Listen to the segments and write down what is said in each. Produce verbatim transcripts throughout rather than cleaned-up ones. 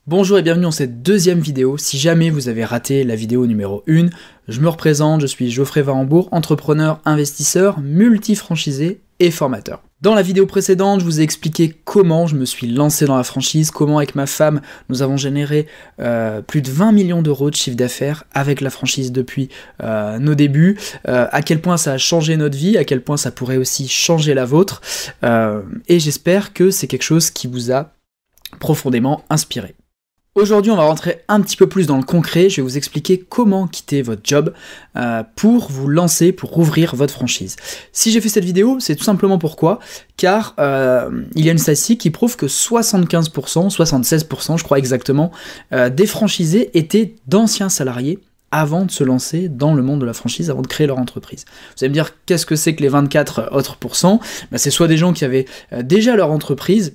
Bonjour et bienvenue dans cette deuxième vidéo. Si jamais vous avez raté la vidéo numéro un, je me représente, je suis Geoffrey Varembourg, entrepreneur, investisseur, multi-franchisé et formateur. Dans la vidéo précédente, je vous ai expliqué comment je me suis lancé dans la franchise, comment avec ma femme, nous avons généré euh, plus de vingt millions d'euros de chiffre d'affaires avec la franchise depuis euh, nos débuts, euh, à quel point ça a changé notre vie, à quel point ça pourrait aussi changer la vôtre, euh, et j'espère que c'est quelque chose qui vous a profondément inspiré. Aujourd'hui, on va rentrer un petit peu plus dans le concret, je vais vous expliquer comment quitter votre job euh, pour vous lancer, pour ouvrir votre franchise. Si j'ai fait cette vidéo, c'est tout simplement pourquoi, car euh, il y a une statistique qui prouve que soixante-quinze pour cent, soixante-seize pour cent je crois exactement, euh, des franchisés étaient d'anciens salariés avant de se lancer dans le monde de la franchise, avant de créer leur entreprise. Vous allez me dire, qu'est-ce que c'est que les vingt-quatre autres pourcents ? Ben, c'est soit des gens qui avaient euh, déjà leur entreprise,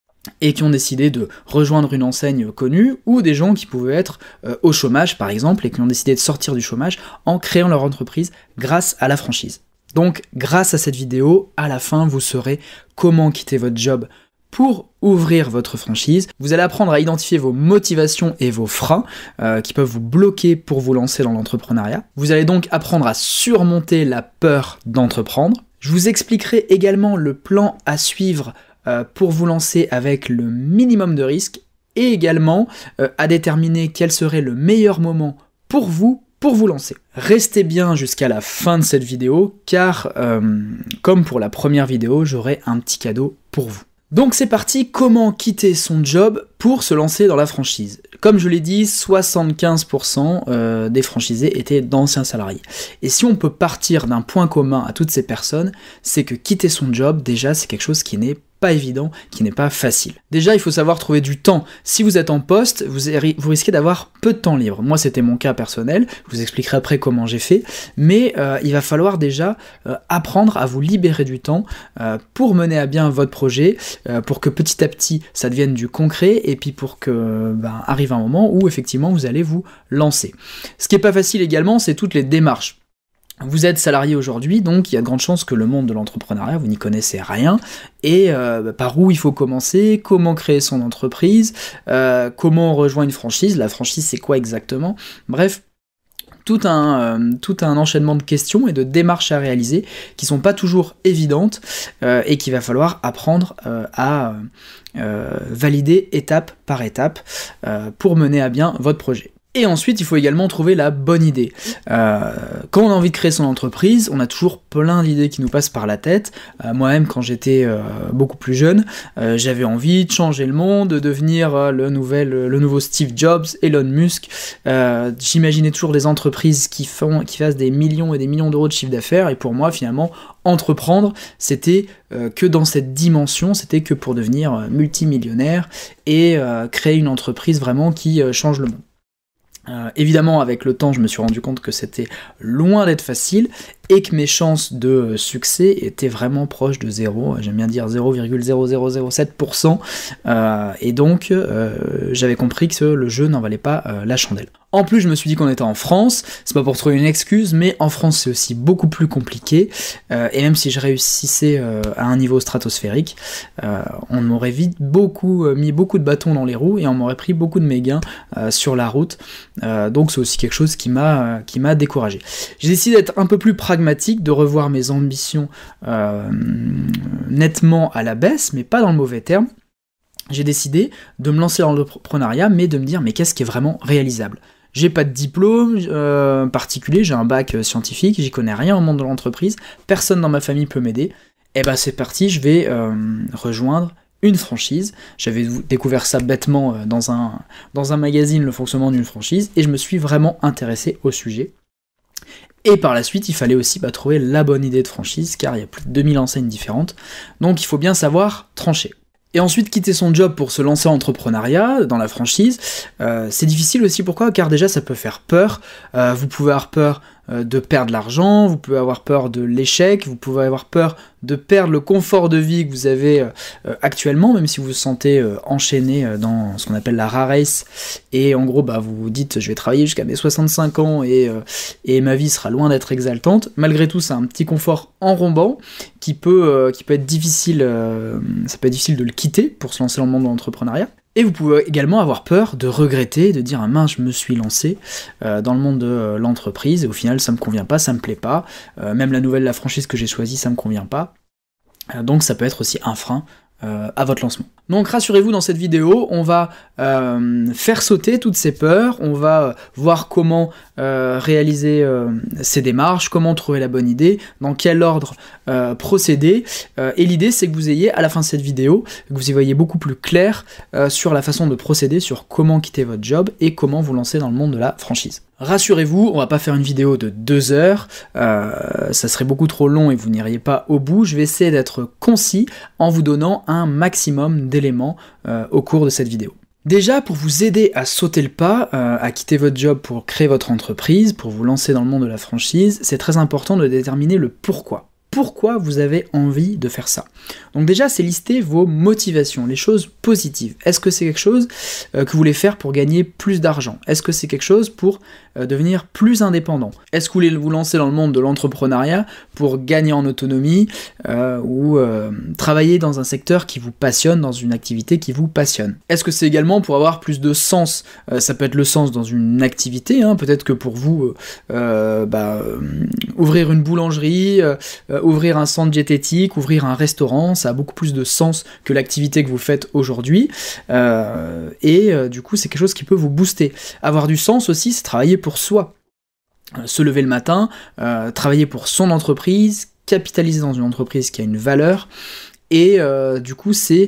et qui ont décidé de rejoindre une enseigne connue, ou des gens qui pouvaient être euh, au chômage par exemple, et qui ont décidé de sortir du chômage en créant leur entreprise grâce à la franchise. Donc grâce à cette vidéo, à la fin vous saurez comment quitter votre job pour ouvrir votre franchise. Vous allez apprendre à identifier vos motivations et vos freins euh, qui peuvent vous bloquer pour vous lancer dans l'entrepreneuriat. Vous allez donc apprendre à surmonter la peur d'entreprendre. Je vous expliquerai également le plan à suivre pour vous lancer avec le minimum de risques et également euh, à déterminer quel serait le meilleur moment pour vous pour vous lancer. Restez bien jusqu'à la fin de cette vidéo car euh, comme pour la première vidéo, j'aurai un petit cadeau pour vous. Donc c'est parti, comment quitter son job pour se lancer dans la franchise ? Comme je l'ai dit, soixante-quinze pour cent euh, des franchisés étaient d'anciens salariés. Et si on peut partir d'un point commun à toutes ces personnes, c'est que quitter son job, déjà, c'est quelque chose qui n'est pas évident, qui n'est pas facile. Déjà, il faut savoir trouver du temps. Si vous êtes en poste, vous, vous risquez d'avoir peu de temps libre. Moi, c'était mon cas personnel, je vous expliquerai après comment j'ai fait, mais euh, il va falloir déjà euh, apprendre à vous libérer du temps euh, pour mener à bien votre projet, euh, pour que petit à petit, ça devienne du concret, et puis pour que ben, arrive un moment où effectivement, vous allez vous lancer. Ce qui n'est pas facile également, c'est toutes les démarches. Vous êtes salarié aujourd'hui, donc il y a de grandes chances que le monde de l'entrepreneuriat, vous n'y connaissez rien, et euh, par où il faut commencer, comment créer son entreprise, euh, comment on rejoint une franchise, la franchise c'est quoi exactement, bref, tout un, euh, tout un enchaînement de questions et de démarches à réaliser qui sont pas toujours évidentes euh, et qu'il va falloir apprendre euh, à euh, valider étape par étape euh, pour mener à bien votre projet. Et ensuite, il faut également trouver la bonne idée. Euh, quand on a envie de créer son entreprise, on a toujours plein d'idées qui nous passent par la tête. Euh, moi-même, quand j'étais euh, beaucoup plus jeune, euh, j'avais envie de changer le monde, de devenir euh, le, nouvel, le nouveau Steve Jobs, Elon Musk. Euh, j'imaginais toujours des entreprises qui, font, qui fassent des millions et des millions d'euros de chiffre d'affaires. Et pour moi, finalement, entreprendre, c'était euh, que dans cette dimension, c'était que pour devenir euh, multimillionnaire et euh, créer une entreprise vraiment qui euh, change le monde. Euh, évidemment, avec le temps, je me suis rendu compte que c'était loin d'être facile et que mes chances de succès étaient vraiment proches de zéro, j'aime bien dire zéro virgule zéro zéro zéro sept pour cent, euh, et donc euh, j'avais compris que le jeu n'en valait pas euh, la chandelle. En plus, je me suis dit qu'on était en France, c'est pas pour trouver une excuse, mais en France c'est aussi beaucoup plus compliqué, euh, et même si je réussissais euh, à un niveau stratosphérique, euh, on m'aurait vite beaucoup, euh, mis beaucoup de bâtons dans les roues, et on m'aurait pris beaucoup de mes gains euh, sur la route, euh, donc c'est aussi quelque chose qui m'a, euh, qui m'a découragé. J'ai décidé d'être un peu plus pragmatique, de revoir mes ambitions euh, nettement à la baisse, mais pas dans le mauvais terme. J'ai décidé de me lancer dans l'entrepreneuriat, mais de me dire, mais qu'est-ce qui est vraiment réalisable ? J'ai pas de diplôme euh, particulier, j'ai un bac scientifique, j'y connais rien au monde de l'entreprise, personne dans ma famille peut m'aider. Et ben c'est parti, je vais euh, rejoindre une franchise. J'avais découvert ça bêtement euh, dans un, dans un magazine, le fonctionnement d'une franchise, et je me suis vraiment intéressé au sujet. Et par la suite, il fallait aussi bah, trouver la bonne idée de franchise, car il y a plus de deux mille enseignes différentes, donc il faut bien savoir trancher. Et ensuite, quitter son job pour se lancer en entrepreneuriat, dans la franchise, euh, c'est difficile aussi, pourquoi ? Car déjà, ça peut faire peur, euh, vous pouvez avoir peur euh, de perdre l'argent, vous pouvez avoir peur de l'échec, vous pouvez avoir peur de perdre le confort de vie que vous avez euh, actuellement, même si vous vous sentez euh, enchaîné euh, dans ce qu'on appelle la rat race, et en gros, bah, vous vous dites, je vais travailler jusqu'à mes soixante-cinq ans, et, euh, et ma vie sera loin d'être exaltante. Malgré tout, c'est un petit confort enrobant, qui peut, euh, qui peut être difficile, euh, ça peut être difficile de le quitter pour se lancer dans le monde de l'entrepreneuriat. Et vous pouvez également avoir peur de regretter, de dire ah mince, je me suis lancé euh, dans le monde de euh, l'entreprise et au final ça me convient pas, ça me plaît pas, euh, même la nouvelle, la franchise que j'ai choisie, ça me convient pas. Euh, donc ça peut être aussi un frein euh, à votre lancement. Donc rassurez-vous, dans cette vidéo, on va euh, faire sauter toutes ces peurs, on va voir comment euh, réaliser euh, ces démarches, comment trouver la bonne idée, dans quel ordre euh, procéder, euh, et l'idée c'est que vous ayez à la fin de cette vidéo, que vous y voyez beaucoup plus clair euh, sur la façon de procéder, sur comment quitter votre job et comment vous lancer dans le monde de la franchise. Rassurez-vous, on va pas faire une vidéo de deux heures, euh, ça serait beaucoup trop long et vous n'iriez pas au bout. Je vais essayer d'être concis en vous donnant un maximum d'éléments euh, au cours de cette vidéo. Déjà, pour vous aider à sauter le pas, euh, à quitter votre job pour créer votre entreprise, pour vous lancer dans le monde de la franchise, c'est très important de déterminer le pourquoi. Pourquoi vous avez envie de faire ça? Donc déjà, c'est lister vos motivations, les choses positives. Est-ce que c'est quelque chose euh, que vous voulez faire pour gagner plus d'argent? Est-ce que c'est quelque chose pour euh, devenir plus indépendant? Est-ce que vous voulez vous lancer dans le monde de l'entrepreneuriat pour gagner en autonomie euh, ou euh, travailler dans un secteur qui vous passionne, dans une activité qui vous passionne? Est-ce que c'est également pour avoir plus de sens? euh, Ça peut être le sens dans une activité, hein, peut-être que pour vous, euh, bah, euh, ouvrir une boulangerie, euh, ouvrir un centre diététique, ouvrir un restaurant, ça a beaucoup plus de sens que l'activité que vous faites aujourd'hui, euh, et euh, du coup c'est quelque chose qui peut vous booster. Avoir du sens aussi, c'est travailler pour soi, euh, se lever le matin, euh, travailler pour son entreprise, capitaliser dans une entreprise qui a une valeur, et euh, du coup c'est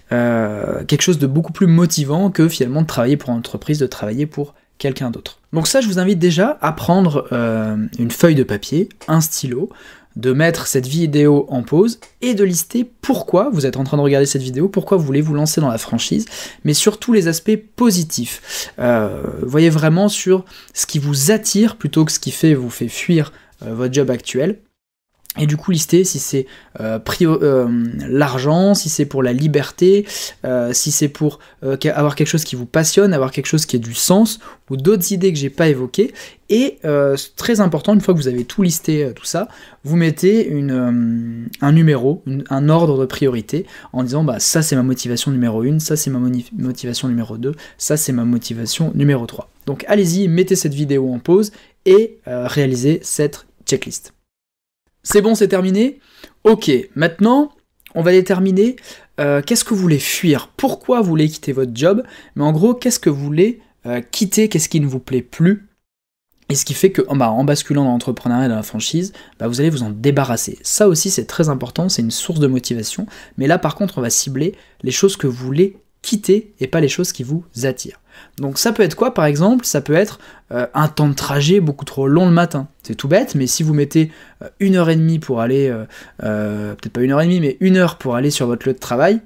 euh, quelque chose de beaucoup plus motivant que finalement de travailler pour une entreprise, de travailler pour quelqu'un d'autre. Donc ça, je vous invite déjà à prendre euh, une feuille de papier, un stylo, de mettre cette vidéo en pause et de lister pourquoi vous êtes en train de regarder cette vidéo, pourquoi vous voulez vous lancer dans la franchise, mais surtout les aspects positifs. Euh, voyez vraiment sur ce qui vous attire plutôt que ce qui fait vous fait fuir euh, votre job actuel. Et du coup, lister si c'est euh, euh, l'argent, si c'est pour la liberté, euh, si c'est pour euh, avoir quelque chose qui vous passionne, avoir quelque chose qui ait du sens, ou d'autres idées que j'ai pas évoquées. Et euh, très important, une fois que vous avez tout listé, euh, tout ça, vous mettez une, euh, un numéro, une, un ordre de priorité, en disant bah ça c'est ma motivation numéro un, ça c'est ma motivation numéro deux, ça c'est ma motivation numéro trois. Donc allez-y, mettez cette vidéo en pause et euh, réalisez cette checklist. C'est bon, c'est terminé? Ok, maintenant, on va déterminer euh, qu'est-ce que vous voulez fuir, pourquoi vous voulez quitter votre job, mais en gros, qu'est-ce que vous voulez euh, quitter, qu'est-ce qui ne vous plaît plus, et ce qui fait que bah, en basculant dans l'entrepreneuriat et dans la franchise, bah, vous allez vous en débarrasser. Ça aussi, c'est très important, c'est une source de motivation, mais là, par contre, on va cibler les choses que vous voulez quitter et pas les choses qui vous attirent. Donc ça peut être quoi par exemple? Ça peut être euh, un temps de trajet beaucoup trop long le matin. C'est tout bête, mais si vous mettez euh, une heure et demie pour aller, euh, euh, peut-être pas une heure et demie, mais une heure pour aller sur votre lieu de travail,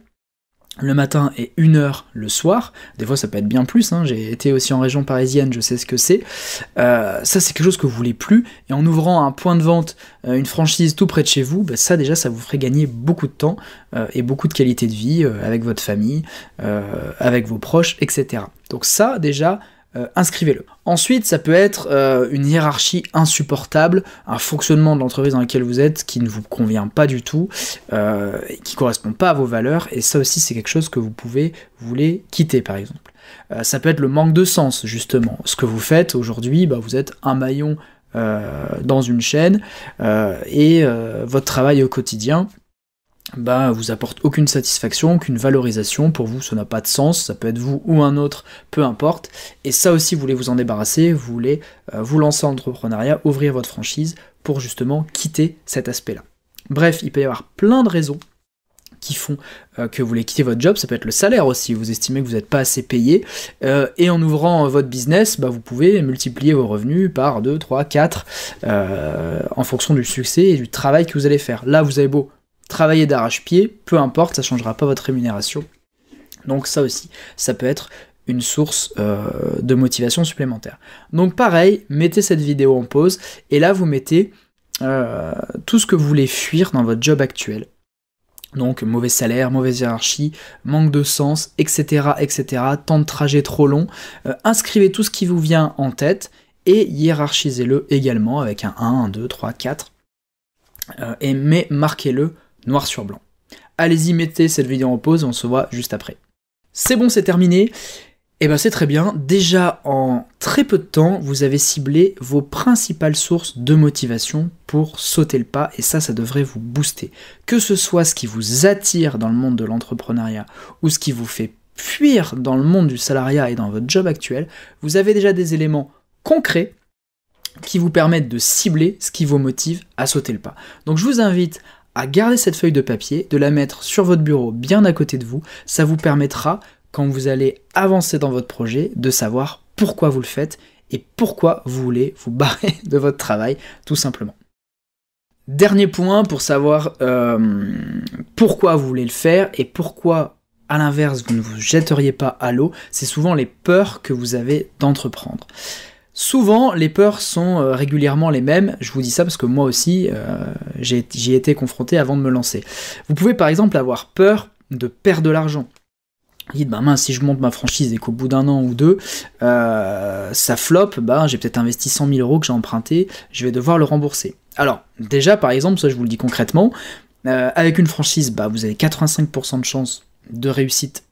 le matin et une heure le soir, des fois ça peut être bien plus, hein, j'ai été aussi en région parisienne, je sais ce que c'est, euh, ça c'est quelque chose que vous voulez plus, et en ouvrant un point de vente, euh, une franchise tout près de chez vous, bah, ça déjà ça vous ferait gagner beaucoup de temps euh, et beaucoup de qualité de vie euh, avec votre famille, euh, avec vos proches, et cetera. Donc ça déjà, Euh, inscrivez-le. Ensuite, ça peut être euh, une hiérarchie insupportable, un fonctionnement de l'entreprise dans laquelle vous êtes qui ne vous convient pas du tout, euh, qui ne correspond pas à vos valeurs, et ça aussi c'est quelque chose que vous pouvez, vous voulez quitter par exemple. Euh, ça peut être le manque de sens justement. Ce que vous faites aujourd'hui, bah, vous êtes un maillon euh, dans une chaîne, euh, et euh, votre travail au quotidien, bah, vous apporte aucune satisfaction, aucune valorisation, pour vous ça n'a pas de sens, ça peut être vous ou un autre, peu importe, et ça aussi vous voulez vous en débarrasser, vous voulez euh, vous lancer en entrepreneuriat, ouvrir votre franchise pour justement quitter cet aspect-là. Bref, il peut y avoir plein de raisons qui font euh, que vous voulez quitter votre job, ça peut être le salaire aussi, vous estimez que vous n'êtes pas assez payé, euh, et en ouvrant euh, votre business, bah, vous pouvez multiplier vos revenus par deux, trois, quatre, euh, en fonction du succès et du travail que vous allez faire. Là vous avez beau travailler d'arrache-pied, peu importe, ça ne changera pas votre rémunération. Donc ça aussi, ça peut être une source euh, de motivation supplémentaire. Donc pareil, mettez cette vidéo en pause, et là vous mettez euh, tout ce que vous voulez fuir dans votre job actuel. Donc mauvais salaire, mauvaise hiérarchie, manque de sens, et cetera, et cetera, temps de trajet trop long. Euh, inscrivez tout ce qui vous vient en tête, et hiérarchisez-le également avec un un, un, deux, trois, quatre, euh, et mais marquez-le noir sur blanc. Allez-y, mettez cette vidéo en pause, on se voit juste après. C'est bon, c'est terminé. Et ben c'est très bien, déjà en très peu de temps, vous avez ciblé vos principales sources de motivation pour sauter le pas, et ça, ça devrait vous booster. Que ce soit ce qui vous attire dans le monde de l'entrepreneuriat, ou ce qui vous fait fuir dans le monde du salariat et dans votre job actuel, vous avez déjà des éléments concrets qui vous permettent de cibler ce qui vous motive à sauter le pas. Donc je vous invite à garder cette feuille de papier, de la mettre sur votre bureau bien à côté de vous, ça vous permettra, quand vous allez avancer dans votre projet, de savoir pourquoi vous le faites et pourquoi vous voulez vous barrer de votre travail, tout simplement. Dernier point pour savoir euh, pourquoi vous voulez le faire et pourquoi, à l'inverse, vous ne vous jetteriez pas à l'eau, c'est souvent les peurs que vous avez d'entreprendre. Souvent, les peurs sont euh, régulièrement les mêmes, je vous dis ça parce que moi aussi, euh, j'ai, j'y ai été confronté avant de me lancer. Vous pouvez par exemple avoir peur de perdre de l'argent. Vous dites, bah mince, si je monte ma franchise et qu'au bout d'un an ou deux, euh, ça floppe, bah j'ai peut-être investi cent mille euros que j'ai emprunté, je vais devoir le rembourser. Alors, déjà, par exemple, ça je vous le dis concrètement, euh, avec une franchise, bah vous avez quatre-vingt-cinq pour cent de chance de réussite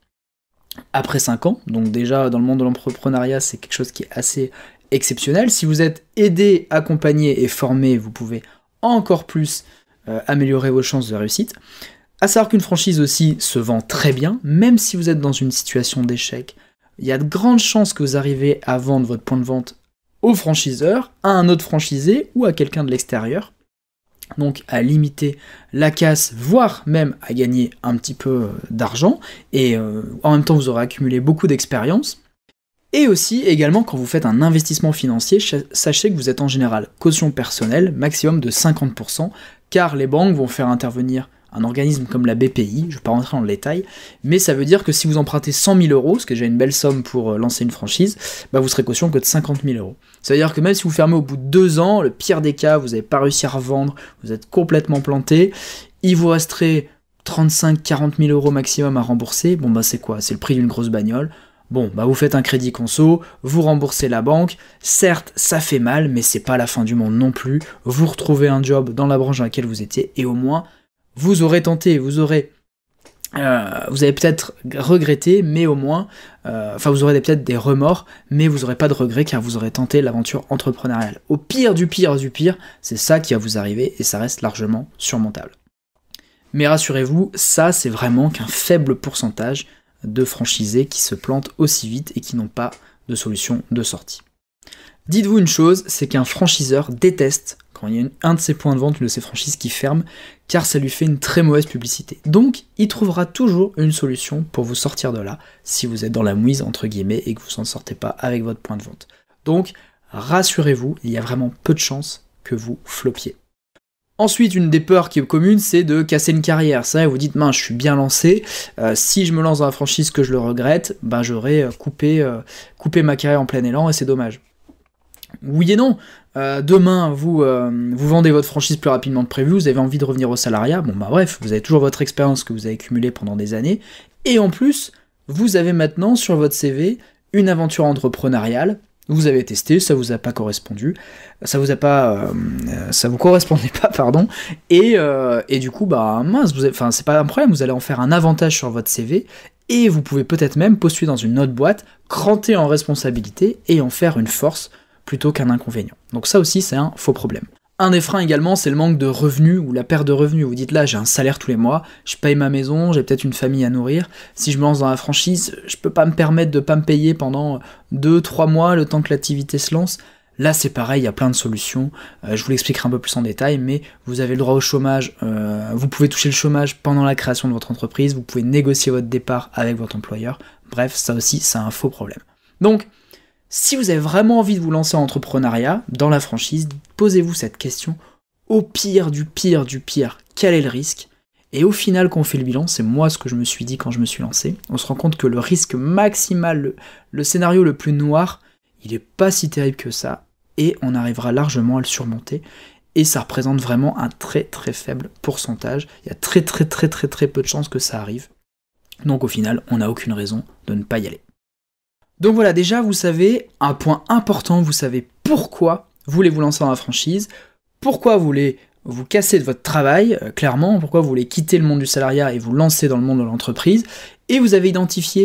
après cinq ans, donc déjà, dans le monde de l'entrepreneuriat, c'est quelque chose qui est assez exceptionnel. Si vous êtes aidé, accompagné et formé, vous pouvez encore plus euh, améliorer vos chances de réussite. À savoir qu'une franchise aussi se vend très bien, même si vous êtes dans une situation d'échec. Il y a de grandes chances que vous arrivez à vendre votre point de vente au franchiseur, à un autre franchisé ou à quelqu'un de l'extérieur. Donc à limiter la casse, voire même à gagner un petit peu d'argent. Et euh, en même temps, vous aurez accumulé beaucoup d'expérience. Et aussi, également, quand vous faites un investissement financier, sachez que vous êtes en général caution personnelle, maximum de cinquante pour cent, car les banques vont faire intervenir un organisme comme la B P I, je ne vais pas rentrer dans le détail, mais ça veut dire que si vous empruntez cent mille euros, ce qui est déjà une belle somme pour lancer une franchise, bah vous serez caution que de cinquante mille euros. Ça veut dire que même si vous fermez au bout de deux ans, le pire des cas, vous n'avez pas réussi à revendre, vous êtes complètement planté, il vous resterait trente-cinq à quarante mille euros maximum à rembourser, bon bah c'est quoi? C'est le prix d'une grosse bagnole. Bon, bah vous faites un crédit conso, vous remboursez la banque, certes ça fait mal, mais c'est pas la fin du monde non plus, vous retrouvez un job dans la branche dans laquelle vous étiez, et au moins, vous aurez tenté, vous aurez... Euh, vous avez peut-être regretté, mais au moins... Euh, enfin, vous aurez peut-être des remords, mais vous n'aurez pas de regrets, car vous aurez tenté l'aventure entrepreneuriale. Au pire du pire du pire, c'est ça qui va vous arriver, et ça reste largement surmontable. Mais rassurez-vous, ça c'est vraiment qu'un faible pourcentage de franchisés qui se plantent aussi vite et qui n'ont pas de solution de sortie. Dites-vous une chose, c'est qu'un franchiseur déteste quand il y a une, un de ses points de vente, une de ses franchises qui ferme, car ça lui fait une très mauvaise publicité. Donc, il trouvera toujours une solution pour vous sortir de là, si vous êtes dans la mouise, entre guillemets, et que vous ne s'en sortez pas avec votre point de vente. Donc, rassurez-vous, il y a vraiment peu de chances que vous floppiez. Ensuite, une des peurs qui est commune, c'est de casser une carrière. Ça, vous dites, mince, je suis bien lancé, euh, si je me lance dans la franchise que je le regrette, ben j'aurais coupé, euh, coupé ma carrière en plein élan, et c'est dommage. Oui et non. Euh, demain, vous, euh, vous vendez votre franchise plus rapidement que prévu, vous avez envie de revenir au salariat, bon bah bref, vous avez toujours votre expérience que vous avez accumulée pendant des années, et en plus, vous avez maintenant sur votre C V une aventure entrepreneuriale, vous avez testé, ça vous a pas correspondu, ça vous a pas, euh, ça vous correspondait pas, pardon, et, euh, et du coup, bah mince, vous avez, enfin c'est pas un problème, vous allez en faire un avantage sur votre C V, et vous pouvez peut-être même postuler dans une autre boîte, cranter en responsabilité, et en faire une force, plutôt qu'un inconvénient. Donc ça aussi, c'est un faux problème. Un des freins également, c'est le manque de revenus ou la perte de revenus. Vous dites là, j'ai un salaire tous les mois, je paye ma maison, j'ai peut-être une famille à nourrir. Si je me lance dans la franchise, je peux pas me permettre de pas me payer pendant deux trois mois, le temps que l'activité se lance. Là, c'est pareil, il y a plein de solutions. Euh, je vous l'expliquerai un peu plus en détail, mais vous avez le droit au chômage. Euh, vous pouvez toucher le chômage pendant la création de votre entreprise. Vous pouvez négocier votre départ avec votre employeur. Bref, ça aussi, c'est un faux problème. Donc, si vous avez vraiment envie de vous lancer en entrepreneuriat, dans la franchise, posez-vous cette question. Au pire du pire du pire, quel est le risque? Et au final, quand on fait le bilan, c'est moi ce que je me suis dit quand je me suis lancé, on se rend compte que le risque maximal, le, le scénario le plus noir, il est pas si terrible que ça, et on arrivera largement à le surmonter, et ça représente vraiment un très très faible pourcentage, il y a très très très très très peu de chances que ça arrive, donc au final, on n'a aucune raison de ne pas y aller. Donc voilà, déjà, vous savez, un point important, vous savez pourquoi vous voulez vous lancer dans la franchise, pourquoi vous voulez vous casser de votre travail, euh, clairement, pourquoi vous voulez quitter le monde du salariat et vous lancer dans le monde de l'entreprise, et vous avez identifié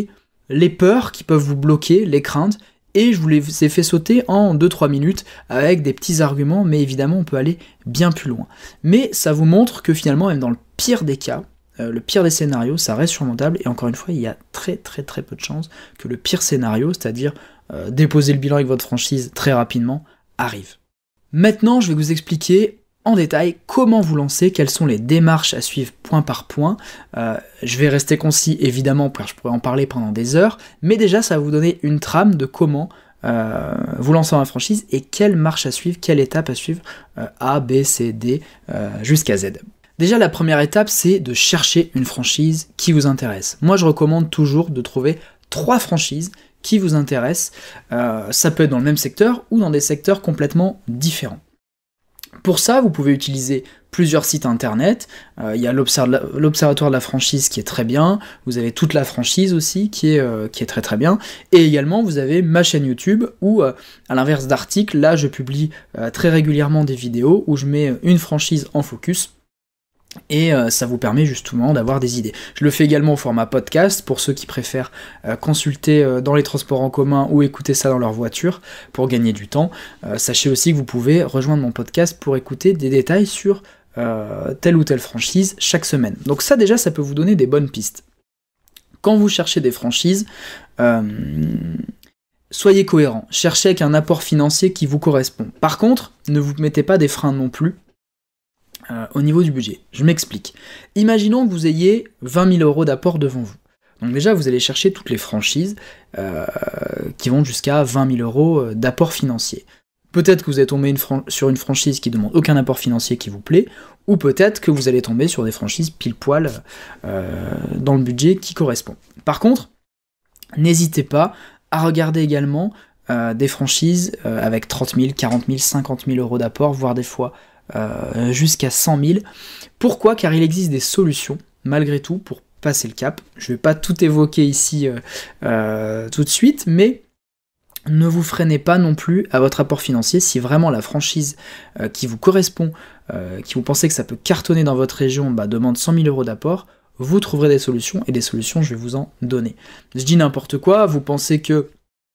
les peurs qui peuvent vous bloquer, les craintes, et je vous les ai fait sauter en deux trois minutes avec des petits arguments, mais évidemment on peut aller bien plus loin. Mais ça vous montre que finalement, même dans le pire des cas, euh, le pire des scénarios, ça reste surmontable, et encore une fois, il y a très très très peu de chances que le pire scénario, c'est-à-dire euh, déposer le bilan avec votre franchise très rapidement, arrive. Maintenant, je vais vous expliquer en détail comment vous lancer, quelles sont les démarches à suivre point par point. Euh, je vais rester concis évidemment, car je pourrais en parler pendant des heures, mais déjà ça va vous donner une trame de comment euh, vous lancer dans la franchise et quelle marche à suivre, quelle étape à suivre, euh, A, B, C, D, euh, jusqu'à Z. Déjà la première étape, c'est de chercher une franchise qui vous intéresse. Moi je recommande toujours de trouver trois franchises qui vous intéressent. Euh, ça peut être dans le même secteur ou dans des secteurs complètement différents. Pour ça, vous pouvez utiliser plusieurs sites internet. Euh, il y a l'Observatoire de la franchise qui est très bien. Vous avez toute la franchise aussi qui est, euh, qui est très très bien. Et également, vous avez ma chaîne YouTube où, euh, à l'inverse d'articles, là je publie euh, très régulièrement des vidéos où je mets une franchise en focus. Et euh, ça vous permet justement d'avoir des idées. Je le fais également au format podcast, pour ceux qui préfèrent euh, consulter euh, dans les transports en commun ou écouter ça dans leur voiture pour gagner du temps. Euh, sachez aussi que vous pouvez rejoindre mon podcast pour écouter des détails sur euh, telle ou telle franchise chaque semaine. Donc ça déjà, ça peut vous donner des bonnes pistes. Quand vous cherchez des franchises, euh, soyez cohérent, cherchez avec un apport financier qui vous correspond. Par contre, ne vous mettez pas des freins non plus Euh, au niveau du budget. Je m'explique. Imaginons que vous ayez vingt mille euros d'apport devant vous. Donc déjà, vous allez chercher toutes les franchises euh, qui vont jusqu'à vingt mille euros d'apport financier. Peut-être que vous allez tomber une fran- sur une franchise qui ne demande aucun apport financier qui vous plaît, ou peut-être que vous allez tomber sur des franchises pile-poil euh, dans le budget qui correspond. Par contre, n'hésitez pas à regarder également euh, des franchises euh, avec trente mille, quarante mille, cinquante mille euros d'apport, voire des fois Euh, jusqu'à cent mille. Pourquoi ? Car il existe des solutions, malgré tout, pour passer le cap. Je ne vais pas tout évoquer ici euh, euh, tout de suite, mais ne vous freinez pas non plus à votre apport financier. Si vraiment la franchise euh, qui vous correspond, euh, qui vous pensez que ça peut cartonner dans votre région, bah, demande cent mille euros d'apport, vous trouverez des solutions, et des solutions, je vais vous en donner. Je dis n'importe quoi, vous pensez que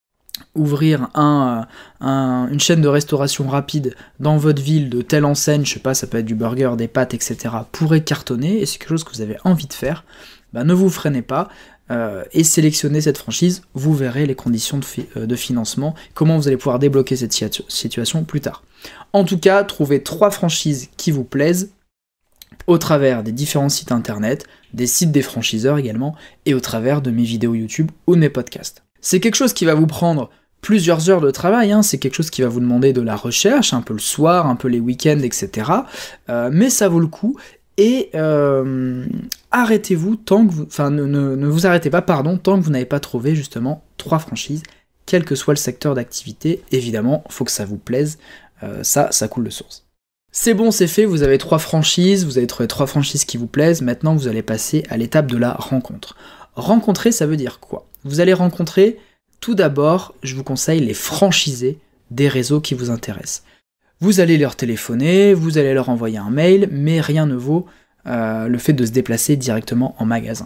ouvrir un, un, une chaîne de restauration rapide dans votre ville de telle enseigne, je sais pas, ça peut être du burger, des pâtes, et cetera, pourrait cartonner, et c'est quelque chose que vous avez envie de faire, bah ne vous freinez pas, euh, et sélectionnez cette franchise, vous verrez les conditions de, fi- de financement, comment vous allez pouvoir débloquer cette situ- situation plus tard. En tout cas, trouvez trois franchises qui vous plaisent, au travers des différents sites internet, des sites des franchiseurs également, et au travers de mes vidéos YouTube ou de mes podcasts. C'est quelque chose qui va vous prendre plusieurs heures de travail, hein, c'est quelque chose qui va vous demander de la recherche, un peu le soir, un peu les week-ends, et cetera. Euh, mais ça vaut le coup, et euh, arrêtez-vous tant que vous, enfin ne, ne, ne vous arrêtez pas, pardon, tant que vous n'avez pas trouvé justement trois franchises, quel que soit le secteur d'activité. Évidemment, il faut que ça vous plaise, euh, ça, ça coule de source. C'est bon, c'est fait, vous avez trois franchises, vous avez trouvé trois franchises qui vous plaisent, maintenant vous allez passer à l'étape de la rencontre. Rencontrer, ça veut dire quoi ? Vous allez rencontrer, tout d'abord, je vous conseille les franchisés des réseaux qui vous intéressent. Vous allez leur téléphoner, vous allez leur envoyer un mail, mais rien ne vaut euh, le fait de se déplacer directement en magasin.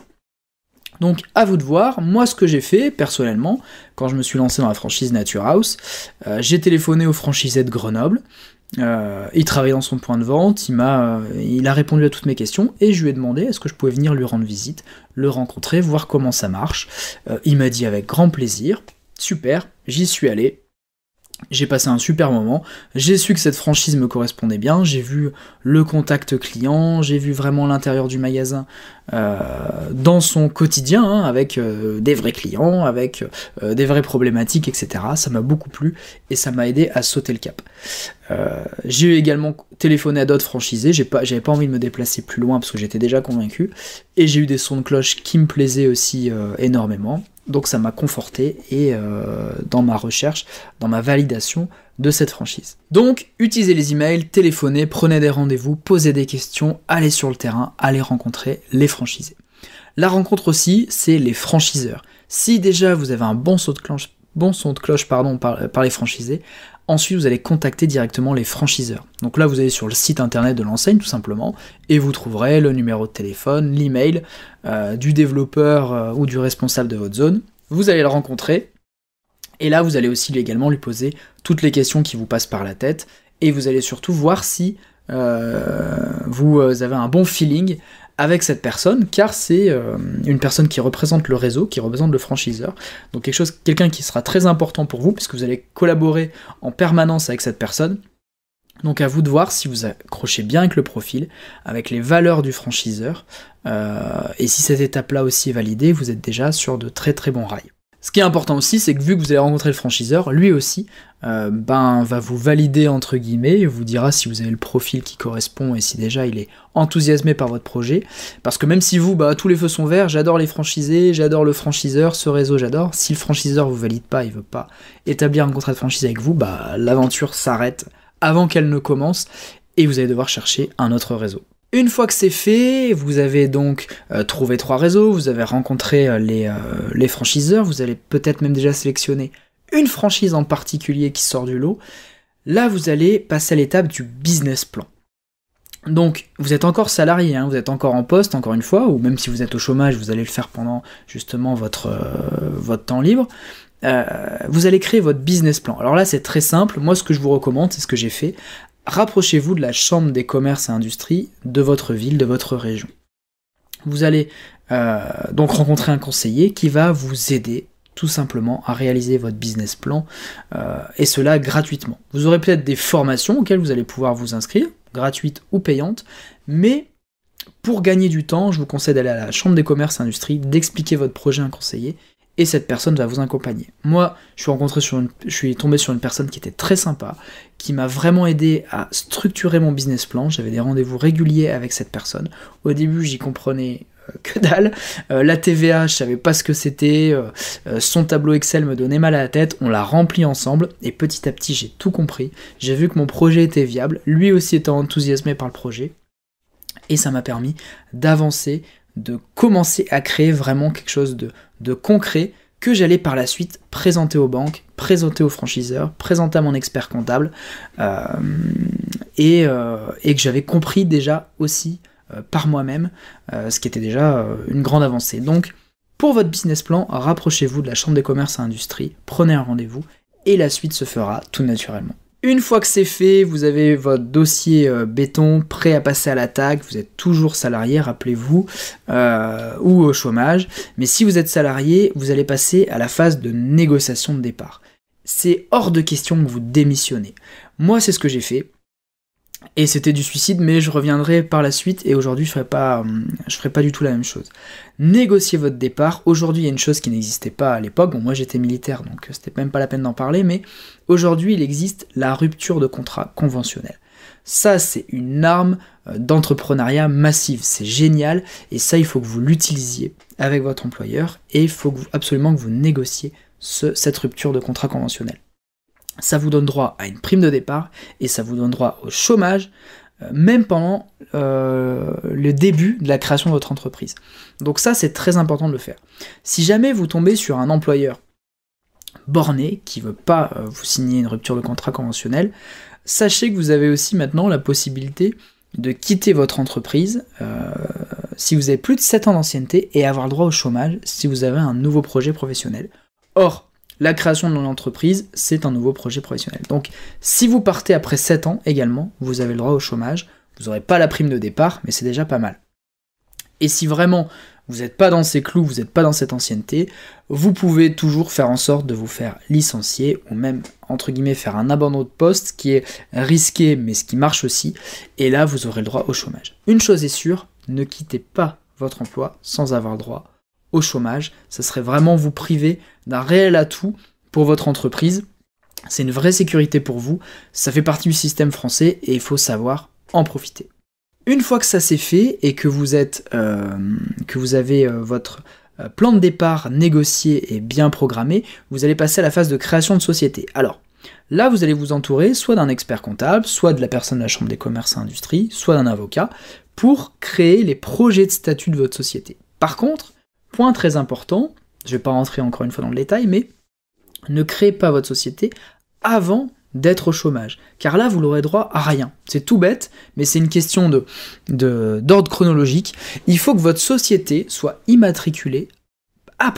Donc à vous de voir. Moi ce que j'ai fait personnellement, quand je me suis lancé dans la franchise Nature House, euh, j'ai téléphoné au franchisé de Grenoble. Euh, il travaillait dans son point de vente, il m'a, euh, il a répondu à toutes mes questions et je lui ai demandé est-ce que je pouvais venir lui rendre visite, le rencontrer, voir comment ça marche. Euh, il m'a dit avec grand plaisir, super, j'y suis allé. J'ai passé un super moment, j'ai su que cette franchise me correspondait bien, j'ai vu le contact client, j'ai vu vraiment l'intérieur du magasin euh, dans son quotidien, hein, avec euh, des vrais clients, avec euh, des vraies problématiques, et cetera. Ça m'a beaucoup plu et ça m'a aidé à sauter le cap. Euh, j'ai également téléphoné à d'autres franchisés, j'ai pas, j'avais pas envie de me déplacer plus loin parce que j'étais déjà convaincu, et j'ai eu des sons de cloche qui me plaisaient aussi euh, énormément. Donc ça m'a conforté et euh, dans ma recherche, dans ma validation de cette franchise. Donc utilisez les emails, téléphonez, prenez des rendez-vous, posez des questions, allez sur le terrain, allez rencontrer les franchisés. La rencontre aussi, c'est les franchiseurs. Si déjà vous avez un bon son de cloche, bon son de cloche pardon, par, par les franchisés, ensuite vous allez contacter directement les franchiseurs. Donc là vous allez sur le site internet de l'enseigne tout simplement, et vous trouverez le numéro de téléphone, l'email euh, du développeur euh, ou du responsable de votre zone. vous allez le rencontrer, et là vous allez aussi également lui poser toutes les questions qui vous passent par la tête, et vous allez surtout voir si euh, vous avez un bon feeling avec cette personne, car c'est euh, une personne qui représente le réseau, qui représente le franchiseur, donc quelque chose, quelqu'un qui sera très important pour vous, puisque vous allez collaborer en permanence avec cette personne. Donc à vous de voir si vous accrochez bien avec le profil, avec les valeurs du franchiseur, euh, et si cette étape-là aussi est validée, vous êtes déjà sur de très très bons rails. Ce qui est important aussi, c'est que vu que vous avez rencontré le franchiseur, lui aussi euh, ben, va vous valider entre guillemets, et vous dira si vous avez le profil qui correspond et si déjà il est enthousiasmé par votre projet. Parce que même si vous, bah, tous les feux sont verts, j'adore les franchisés, j'adore le franchiseur, ce réseau j'adore, si le franchiseur vous valide pas, il veut pas établir un contrat de franchise avec vous, bah, l'aventure s'arrête avant qu'elle ne commence, et vous allez devoir chercher un autre réseau. Une fois que c'est fait, vous avez donc euh, trouvé trois réseaux, vous avez rencontré euh, les, euh, les franchiseurs, vous allez peut-être même déjà sélectionner une franchise en particulier qui sort du lot. Là, vous allez passer à l'étape du business plan. Donc, vous êtes encore salarié, hein, vous êtes encore en poste, encore une fois, ou même si vous êtes au chômage, vous allez le faire pendant justement votre, euh, votre temps libre. Euh, vous allez créer votre business plan. Alors là, c'est très simple. Moi, ce que je vous recommande, c'est ce que j'ai fait. Rapprochez-vous de la chambre des commerces et industries de votre ville, de votre région. Vous allez euh, donc rencontrer un conseiller qui va vous aider tout simplement à réaliser votre business plan, euh, et cela gratuitement. Vous aurez peut-être des formations auxquelles vous allez pouvoir vous inscrire, gratuites ou payantes, mais pour gagner du temps, je vous conseille d'aller à la chambre des commerces et industries, d'expliquer votre projet à un conseiller, et cette personne va vous accompagner. Moi, je suis rencontré sur une, je suis tombé sur une personne qui était très sympa, qui m'a vraiment aidé à structurer mon business plan. J'avais des rendez-vous réguliers avec cette personne. Au début, j'y comprenais euh, que dalle. Euh, la T V A, je savais pas ce que c'était. Euh, euh, son tableau Excel me donnait mal à la tête. On l'a rempli ensemble et petit à petit, j'ai tout compris. J'ai vu que mon projet était viable. Lui aussi était enthousiasmé par le projet et ça m'a permis d'avancer, de commencer à créer vraiment quelque chose de, de concret que j'allais par la suite présenter aux banques, présenter aux franchiseurs, présenter à mon expert comptable, euh, et, euh, et que j'avais compris déjà aussi euh, par moi-même, euh, ce qui était déjà euh, une grande avancée. Donc, pour votre business plan, rapprochez-vous de la chambre des commerces et industries, prenez un rendez-vous, et la suite se fera tout naturellement. Une fois que c'est fait, vous avez votre dossier euh, béton prêt à passer à l'attaque, vous êtes toujours salarié, rappelez-vous, euh, ou au chômage, mais si vous êtes salarié, vous allez passer à la phase de négociation de départ. C'est hors de question que vous démissionnez. Moi, c'est ce que j'ai fait, et c'était du suicide, mais je reviendrai par la suite, et aujourd'hui, je ferai pas, je ferai pas du tout la même chose. Négociez votre départ. Aujourd'hui, il y a une chose qui n'existait pas à l'époque. Bon, moi, j'étais militaire, donc c'était même pas la peine d'en parler, mais aujourd'hui, il existe la rupture de contrat conventionnel. Ça, c'est une arme d'entrepreneuriat massive. C'est génial, et ça, il faut que vous l'utilisiez avec votre employeur, et il faut que vous, absolument que vous négociez ce, cette rupture de contrat conventionnel. Ça vous donne droit à une prime de départ, et ça vous donne droit au chômage, euh, même pendant euh, le début de la création de votre entreprise. Donc ça, c'est très important de le faire. Si jamais vous tombez sur un employeur borné, qui ne veut pas euh, vous signer une rupture de contrat conventionnel, sachez que vous avez aussi maintenant la possibilité de quitter votre entreprise euh, si vous avez plus de sept ans d'ancienneté, et avoir le droit au chômage si vous avez un nouveau projet professionnel. Or, la création de l'entreprise, c'est un nouveau projet professionnel. Donc, si vous partez après sept ans également, vous avez le droit au chômage. Vous n'aurez pas la prime de départ, mais c'est déjà pas mal. Et si vraiment vous n'êtes pas dans ces clous, vous n'êtes pas dans cette ancienneté, vous pouvez toujours faire en sorte de vous faire licencier, ou même, entre guillemets, faire un abandon de poste qui est risqué, mais ce qui marche aussi. Et là, vous aurez le droit au chômage. Une chose est sûre, ne quittez pas votre emploi sans avoir droit au chômage. Ça serait vraiment vous priver d'un réel atout pour votre entreprise. C'est une vraie sécurité pour vous, ça fait partie du système français et il faut savoir en profiter. Une fois que ça c'est fait et que vous êtes, euh, que vous avez euh, votre euh, plan de départ négocié et bien programmé, vous allez passer à la phase de création de société. Alors, là vous allez vous entourer soit d'un expert comptable, soit de la personne de la chambre des commerces et industries, soit d'un avocat, pour créer les projets de statut de votre société. Par contre, point très important, je ne vais pas rentrer encore une fois dans le détail, mais ne créez pas votre société avant d'être au chômage, car là vous n'aurez droit à rien. C'est tout bête, mais c'est une question de, de, d'ordre chronologique. Il faut que votre société soit immatriculée après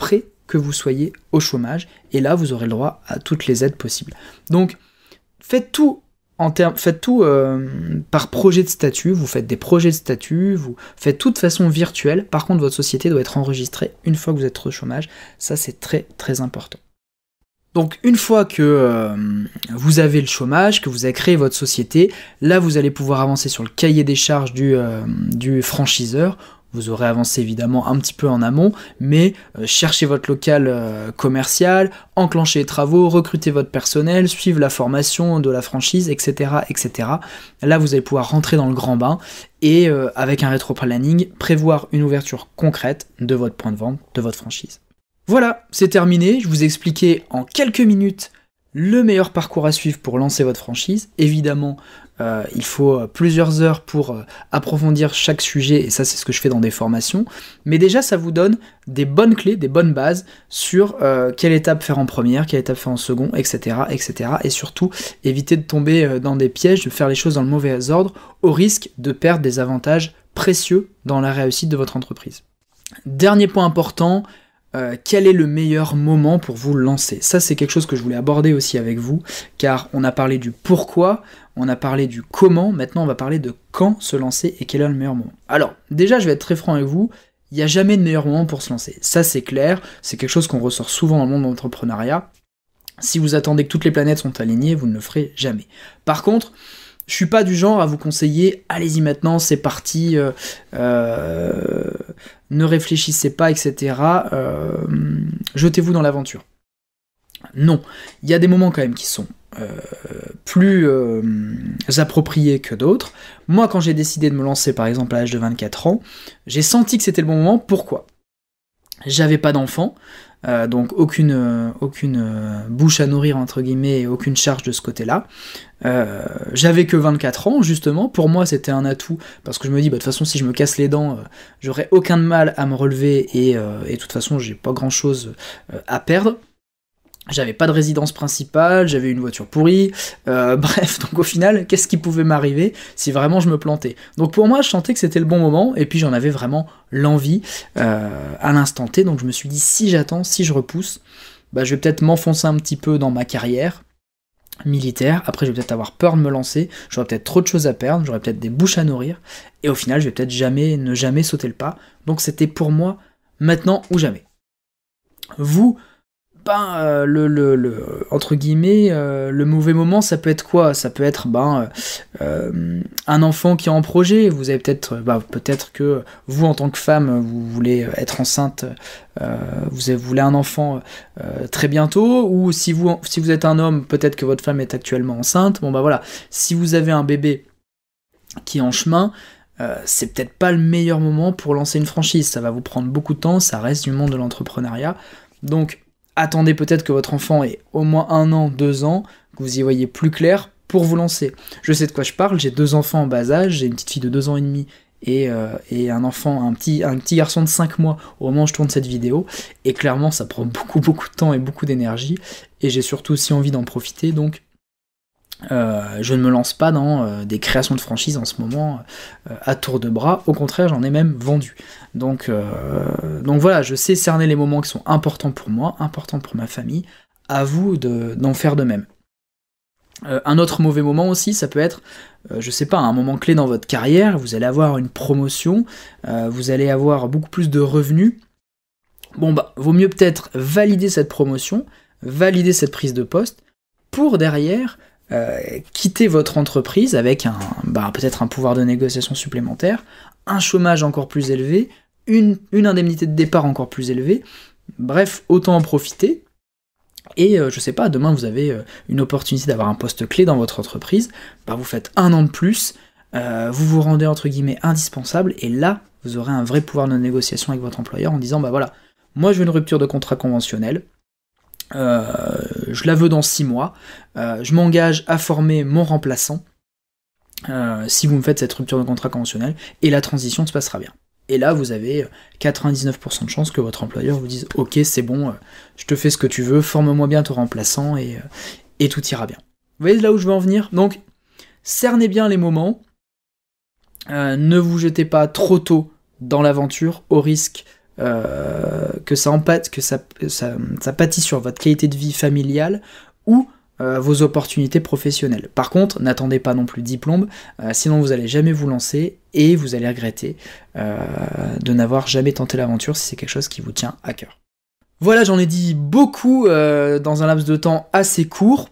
que vous soyez au chômage, et là vous aurez le droit à toutes les aides possibles. Donc faites tout en termes, faites tout euh, par projet de statut, vous faites des projets de statut, vous faites tout de façon virtuelle. Par contre, votre société doit être enregistrée une fois que vous êtes au chômage. Ça, c'est très très important. Donc une fois que euh, vous avez le chômage, que vous avez créé votre société, là vous allez pouvoir avancer sur le cahier des charges du, euh, du franchiseur. Vous aurez avancé évidemment un petit peu en amont, mais euh, cherchez votre local euh, commercial, enclenchez les travaux, recrutez votre personnel, suivez la formation de la franchise, et cetera, et cetera. Là, vous allez pouvoir rentrer dans le grand bain et euh, avec un rétro-planning, prévoir une ouverture concrète de votre point de vente, de votre franchise. Voilà, c'est terminé. Je vous ai expliqué en quelques minutes le meilleur parcours à suivre pour lancer votre franchise. Évidemment, euh, il faut plusieurs heures pour euh, approfondir chaque sujet, et ça c'est ce que je fais dans des formations, mais déjà ça vous donne des bonnes clés, des bonnes bases sur euh, quelle étape faire en première, quelle étape faire en second, et cetera, et cetera, et surtout éviter de tomber dans des pièges, de faire les choses dans le mauvais ordre, au risque de perdre des avantages précieux dans la réussite de votre entreprise. Dernier point important, Euh, quel est le meilleur moment pour vous lancer? Ça, c'est quelque chose que je voulais aborder aussi avec vous, car on a parlé du pourquoi, on a parlé du comment, maintenant on va parler de quand se lancer et quel est le meilleur moment. Alors, déjà, je vais être très franc avec vous, il n'y a jamais de meilleur moment pour se lancer. Ça, c'est clair, c'est quelque chose qu'on ressort souvent dans le monde de l'entrepreneuriat. Si vous attendez que toutes les planètes sont alignées, vous ne le ferez jamais. Par contre, je suis pas du genre à vous conseiller, allez-y maintenant, c'est parti, euh, euh, ne réfléchissez pas, et cetera. Euh, jetez-vous dans l'aventure. Non, il y a des moments quand même qui sont euh, plus euh, appropriés que d'autres. Moi, quand j'ai décidé de me lancer, par exemple, à l'âge de vingt-quatre ans, j'ai senti que c'était le bon moment. Pourquoi ? J'avais pas d'enfant, euh, donc aucune, euh, aucune euh, bouche à nourrir, entre guillemets, et aucune charge de ce côté-là. Euh, j'avais que vingt-quatre ans, justement. Pour moi, c'était un atout, parce que je me dis, bah, de toute façon, si je me casse les dents, euh, j'aurais aucun mal à me relever, et, euh, et de toute façon, j'ai pas grand-chose euh, à perdre. J'avais pas de résidence principale, j'avais une voiture pourrie, euh, bref, donc au final, qu'est-ce qui pouvait m'arriver si vraiment je me plantais? Donc pour moi, je sentais que c'était le bon moment, et puis j'en avais vraiment l'envie euh, à l'instant T, donc je me suis dit, si j'attends, si je repousse, bah, je vais peut-être m'enfoncer un petit peu dans ma carrière militaire, après je vais peut-être avoir peur de me lancer, j'aurai peut-être trop de choses à perdre, j'aurai peut-être des bouches à nourrir, et au final, je vais peut-être jamais, ne jamais sauter le pas, donc c'était pour moi, maintenant ou jamais. Vous, ben, euh, le, le, le, entre guillemets, euh, le mauvais moment, ça peut être quoi? Ça peut être ben, euh, un enfant qui est en projet, vous avez peut-être, ben, peut-être que vous, en tant que femme, vous voulez être enceinte, euh, vous, avez, vous voulez un enfant euh, très bientôt, ou si vous, si vous êtes un homme, peut-être que votre femme est actuellement enceinte, bon ben voilà, si vous avez un bébé qui est en chemin, euh, c'est peut-être pas le meilleur moment pour lancer une franchise, ça va vous prendre beaucoup de temps, ça reste du monde de l'entrepreneuriat, donc attendez peut-être que votre enfant ait au moins un an, deux ans, que vous y voyez plus clair pour vous lancer. Je sais de quoi je parle, j'ai deux enfants en bas âge, j'ai une petite fille de deux ans et demi et, euh, et un enfant, un petit, un petit garçon de cinq mois au moment où je tourne cette vidéo, et clairement ça prend beaucoup beaucoup de temps et beaucoup d'énergie, et j'ai surtout aussi envie d'en profiter, donc Euh, je ne me lance pas dans euh, des créations de franchises en ce moment euh, à tour de bras, au contraire j'en ai même vendu. Donc, euh, donc voilà, je sais cerner les moments qui sont importants pour moi, importants pour ma famille, à vous de, d'en faire de même. Euh, un autre mauvais moment aussi, ça peut être, euh, je sais pas, un moment clé dans votre carrière, vous allez avoir une promotion, euh, vous allez avoir beaucoup plus de revenus. Bon bah, vaut mieux peut-être valider cette promotion, valider cette prise de poste, pour derrière Euh, quitter votre entreprise avec un, bah, peut-être un pouvoir de négociation supplémentaire, un chômage encore plus élevé, une, une indemnité de départ encore plus élevée, bref, autant en profiter, et euh, je sais pas, demain vous avez euh, une opportunité d'avoir un poste clé dans votre entreprise, bah, vous faites un an de plus, euh, vous vous rendez entre guillemets indispensable, et là, vous aurez un vrai pouvoir de négociation avec votre employeur en disant, bah voilà, moi je veux une rupture de contrat conventionnel, Euh, je la veux dans six mois, euh, je m'engage à former mon remplaçant euh, si vous me faites cette rupture de contrat conventionnel, et la transition se passera bien. Et là, vous avez quatre-vingt-dix-neuf pour cent de chances que votre employeur vous dise « Ok, c'est bon, je te fais ce que tu veux, forme-moi bien ton remplaçant, et, et tout ira bien. » Vous voyez là où je veux en venir? Donc, cernez bien les moments, euh, ne vous jetez pas trop tôt dans l'aventure, au risque euh, que, ça, empâte, que ça, ça, ça pâtit sur votre qualité de vie familiale ou euh, vos opportunités professionnelles. Par contre, n'attendez pas non plus diplôme, euh, sinon vous n'allez jamais vous lancer et vous allez regretter euh, de n'avoir jamais tenté l'aventure si c'est quelque chose qui vous tient à cœur. Voilà, j'en ai dit beaucoup euh, dans un laps de temps assez court.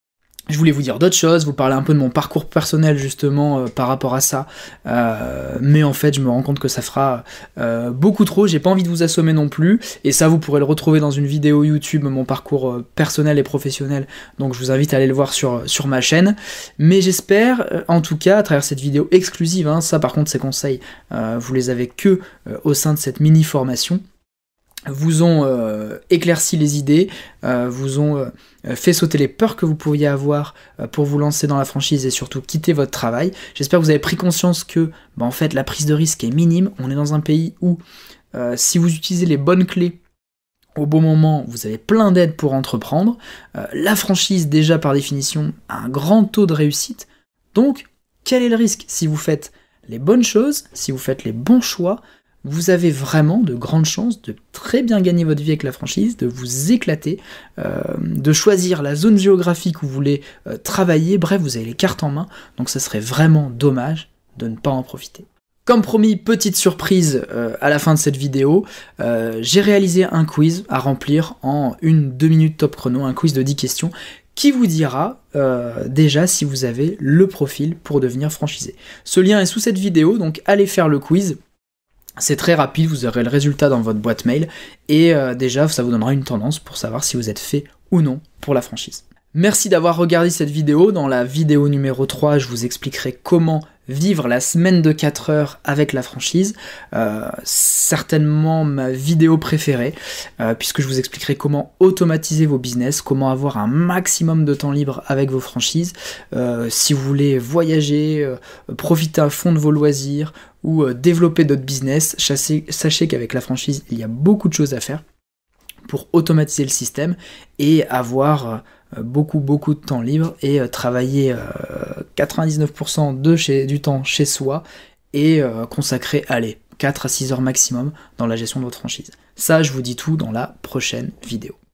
Je voulais vous dire d'autres choses, vous parler un peu de mon parcours personnel justement euh, par rapport à ça, euh, mais en fait je me rends compte que ça fera euh, beaucoup trop, j'ai pas envie de vous assommer non plus, et ça vous pourrez le retrouver dans une vidéo YouTube, mon parcours euh, personnel et professionnel, donc je vous invite à aller le voir sur, sur ma chaîne, mais j'espère euh, en tout cas à travers cette vidéo exclusive, hein, ça par contre ces conseils, euh, vous les avez que euh, au sein de cette mini formation, vous ont euh, éclairci les idées, euh, vous ont euh, fait sauter les peurs que vous pourriez avoir euh, pour vous lancer dans la franchise et surtout quitter votre travail. J'espère que vous avez pris conscience que bah, en fait la prise de risque est minime. On est dans un pays où euh, si vous utilisez les bonnes clés au bon moment, vous avez plein d'aides pour entreprendre. Euh, la franchise déjà par définition a un grand taux de réussite. Donc quel est le risque? Si vous faites les bonnes choses, si vous faites les bons choix, vous avez vraiment de grandes chances de très bien gagner votre vie avec la franchise, de vous éclater, euh, de choisir la zone géographique où vous voulez euh, travailler, bref, vous avez les cartes en main, donc ça serait vraiment dommage de ne pas en profiter. Comme promis, petite surprise euh, à la fin de cette vidéo, euh, j'ai réalisé un quiz à remplir en une deux minutes top chrono, un quiz de dix questions, qui vous dira euh, déjà si vous avez le profil pour devenir franchisé. Ce lien est sous cette vidéo, donc allez faire le quiz. C'est très rapide, vous aurez le résultat dans votre boîte mail, et euh, déjà ça vous donnera une tendance pour savoir si vous êtes fait ou non pour la franchise. Merci d'avoir regardé cette vidéo. Dans la vidéo numéro trois, je vous expliquerai comment vivre la semaine de quatre heures avec la franchise. Euh, certainement ma vidéo préférée, euh, puisque je vous expliquerai comment automatiser vos business, comment avoir un maximum de temps libre avec vos franchises. Euh, si vous voulez voyager, euh, profiter à fond de vos loisirs, ou euh, développer d'autres business, sachez, sachez qu'avec la franchise, il y a beaucoup de choses à faire pour automatiser le système et avoir euh, beaucoup beaucoup de temps libre et euh, travailler euh, quatre-vingt-dix-neuf pour cent de chez, du temps chez soi et euh, consacrer, allez, quatre à six heures maximum dans la gestion de votre franchise. Ça, je vous dis tout dans la prochaine vidéo.